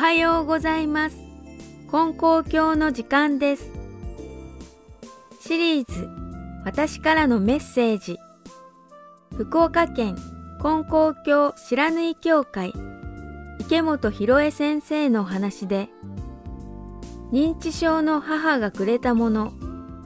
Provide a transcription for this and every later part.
はようございます。金光教の時間です。シリーズ私からのメッセージ。福岡県金光教白縫教会池本博恵先生のお話で、認知症の母がくれたもの。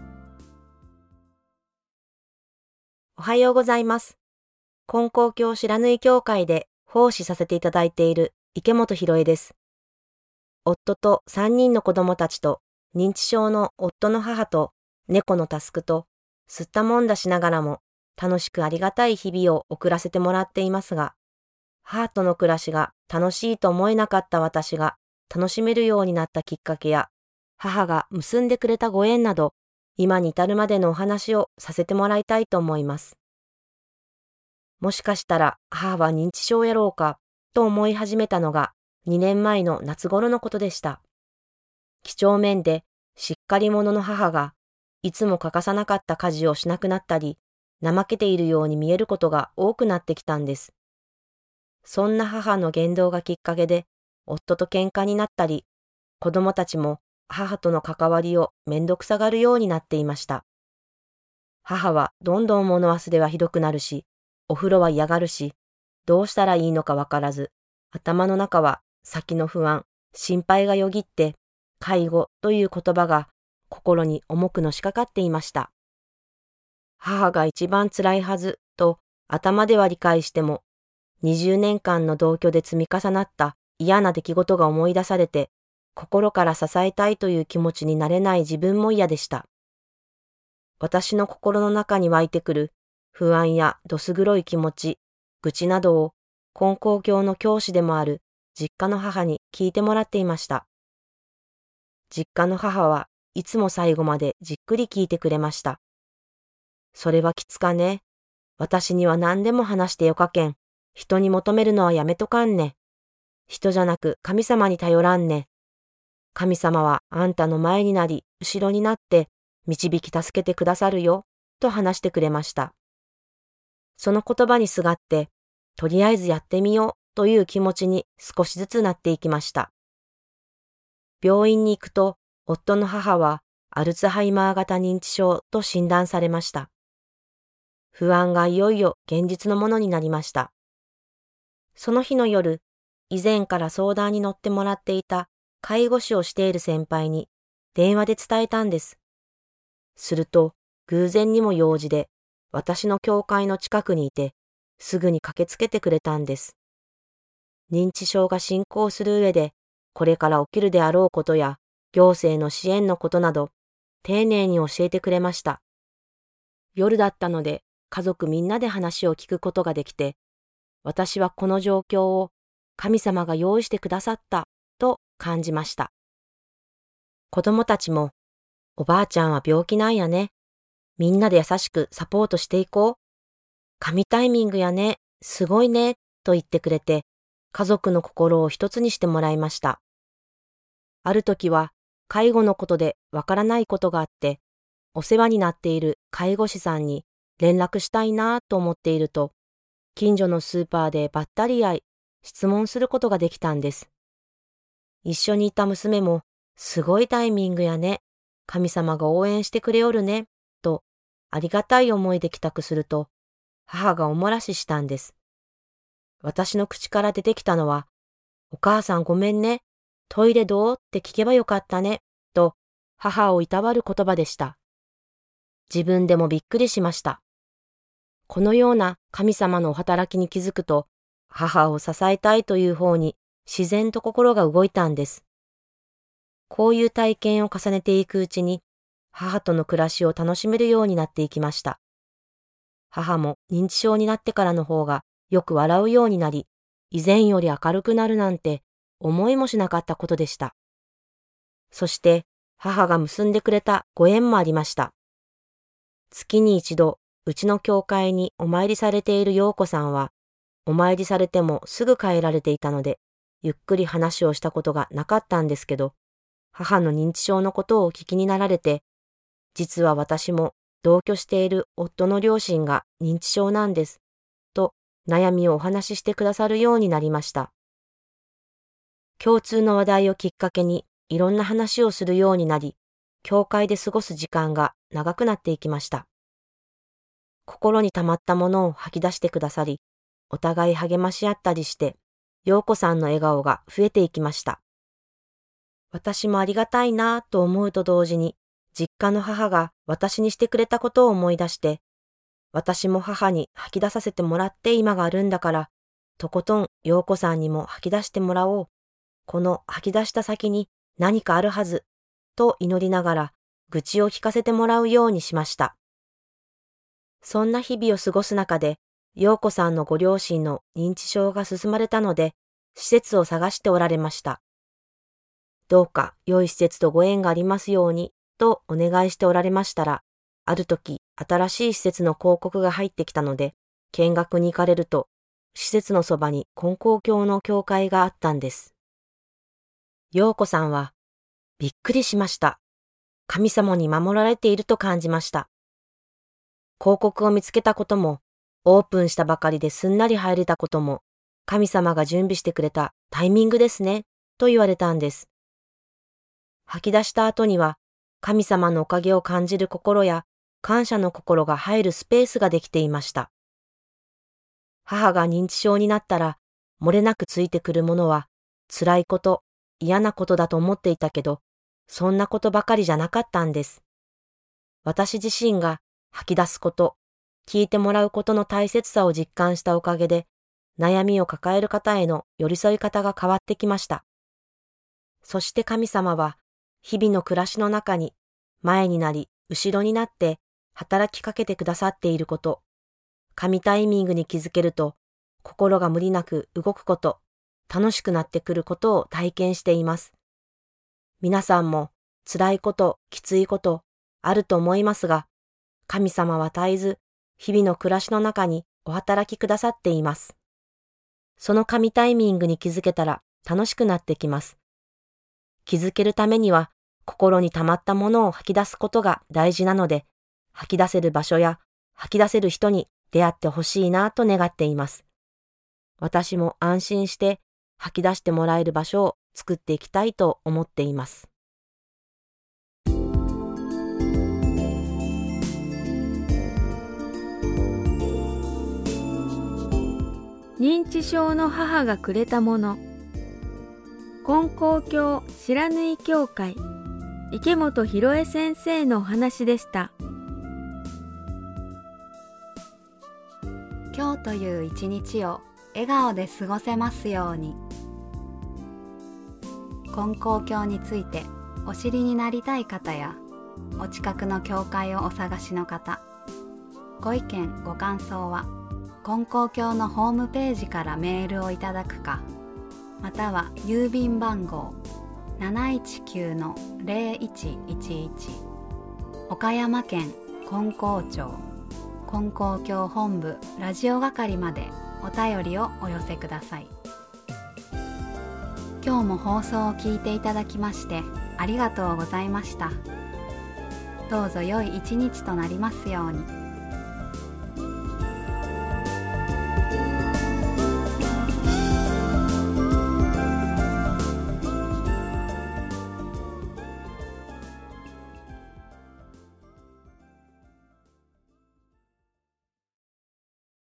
おはようございます。金光教白縫教会で奉仕させていただいている池本博恵です。夫と3人の子供たちと認知症の夫の母と猫のタスクと吸ったもんだしながらも楽しくありがたい日々を送らせてもらっていますが、母との暮らしが楽しいと思えなかった私が楽しめるようになったきっかけや、母が結んでくれたご縁など、今に至るまでのお話をさせてもらいたいと思います。もしかしたら母は認知症やろうかと思い始めたのが2年前の夏頃のことでした。几帳面でしっかり者の母がいつも欠かさなかった家事をしなくなったり、怠けているように見えることが多くなってきたんです。そんな母の言動がきっかけで夫と喧嘩になったり、子供たちも母との関わりをめんどくさがるようになっていました。母はどんどん物忘れはひどくなるし、お風呂は嫌がるし、どうしたらいいのかわからず、頭の中は先の不安、心配がよぎって、介護という言葉が心に重くのしかかっていました。母が一番辛いはずと頭では理解しても、20年間の同居で積み重なった嫌な出来事が思い出されて、心から支えたいという気持ちになれない自分も嫌でした。私の心の中に湧いてくる不安やどす黒い気持ち、愚痴などを金光教の教師でもある実家の母に聞いてもらっていました。実家の母はいつも最後までじっくり聞いてくれました。それはきつかね。私には何でも話してよかけん。人に求めるのはやめとかんね。人じゃなく神様に頼らんね。神様はあんたの前になり、後ろになって導き助けてくださるよ、と話してくれました。その言葉にすがって、とりあえずやってみようという気持ちに少しずつなっていきました。病院に行くと、夫の母はアルツハイマー型認知症と診断されました。不安がいよいよ現実のものになりました。その日の夜、以前から相談に乗ってもらっていた介護士をしている先輩に電話で伝えたんです。すると、偶然にも用事で私の教会の近くにいて、すぐに駆けつけてくれたんです。認知症が進行する上で、これから起きるであろうことや、行政の支援のことなど、丁寧に教えてくれました。夜だったので、家族みんなで話を聞くことができて、私はこの状況を神様が用意してくださったと感じました。子供たちも、おばあちゃんは病気なんやね。みんなで優しくサポートしていこう。神タイミングやね。すごいね。と言ってくれて、家族の心を一つにしてもらいました。ある時は、介護のことでわからないことがあって、お世話になっている介護士さんに連絡したいなと思っていると、近所のスーパーでばったり会い、質問することができたんです。一緒にいた娘も、すごいタイミングやね。神様が応援してくれおるね。と、ありがたい思いで帰宅すると、母がおもらししたんです。私の口から出てきたのは、お母さんごめんね。トイレどうって聞けばよかったね。と、母をいたわる言葉でした。自分でもびっくりしました。このような神様のお働きに気づくと、母を支えたいという方に自然と心が動いたんです。こういう体験を重ねていくうちに、母との暮らしを楽しめるようになっていきました。母も認知症になってからの方がよく笑うようになり、以前より明るくなるなんて思いもしなかったことでした。そして母が結んでくれたご縁もありました。月に一度、うちの教会にお参りされている陽子さんは、お参りされてもすぐ帰られていたので、ゆっくり話をしたことがなかったんですけど、母の認知症のことをお聞きになられて、実は私も同居している夫の両親が認知症なんです、と悩みをお話ししてくださるようになりました。 共通の話題をきっかけにいろんな話をするようになり、教会で過ごす時間が長くなっていきました。心に溜まったものを吐き出してくださり、お互い励まし合ったりして、陽子さんの笑顔が増えていきました。私もありがたいなぁと思うと同時に、実家の母が私にしてくれたことを思い出して、私も母に吐き出させてもらって今があるんだから、とことん陽子さんにも吐き出してもらおう。この吐き出した先に何かあるはず、と祈りながら愚痴を聞かせてもらうようにしました。そんな日々を過ごす中で、陽子さんのご両親の認知症が進まれたので、施設を探しておられました。どうか良い施設とご縁がありますように、とお願いしておられましたら、ある時新しい施設の広告が入ってきたので、見学に行かれると、施設のそばに金光教の教会があったんです。陽子さんは、びっくりしました。神様に守られていると感じました。広告を見つけたことも、オープンしたばかりですんなり入れたことも、神様が準備してくれたタイミングですね、と言われたんです。吐き出した後には、神様のおかげを感じる心や感謝の心が入るスペースができていました。母が認知症になったら、漏れなくついてくるものは、辛いこと、嫌なことだと思っていたけど、そんなことばかりじゃなかったんです。私自身が吐き出すこと、聞いてもらうことの大切さを実感したおかげで、悩みを抱える方への寄り添い方が変わってきました。そして神様は、日々の暮らしの中に、前になり、後ろになって働きかけてくださっていること、神タイミングに気づけると、心が無理なく動くこと、楽しくなってくることを体験しています。皆さんも辛いこと、きついこと、あると思いますが、神様は絶えず、日々の暮らしの中にお働きくださっています。その神タイミングに気づけたら楽しくなってきます。気づけるためには、心に溜まったものを吐き出すことが大事なので、吐き出せる場所や吐き出せる人に出会ってほしいなと願っています。私も安心して吐き出してもらえる場所を作っていきたいと思っています。 認知症の母がくれたもの。金光教白縫教会池本博恵先生のお話でした。 今日という一日を笑顔で過ごせますように。金光教についてお知りになりたい方や、お近くの教会をお探しの方、ご意見ご感想は金光教のホームページからメールをいただくか、または郵便番号 719-0111 岡山県金光町金光教本部ラジオ係までお便りをお寄せください。今日も放送を聞いていただきましてありがとうございました。どうぞ良い一日となりますように。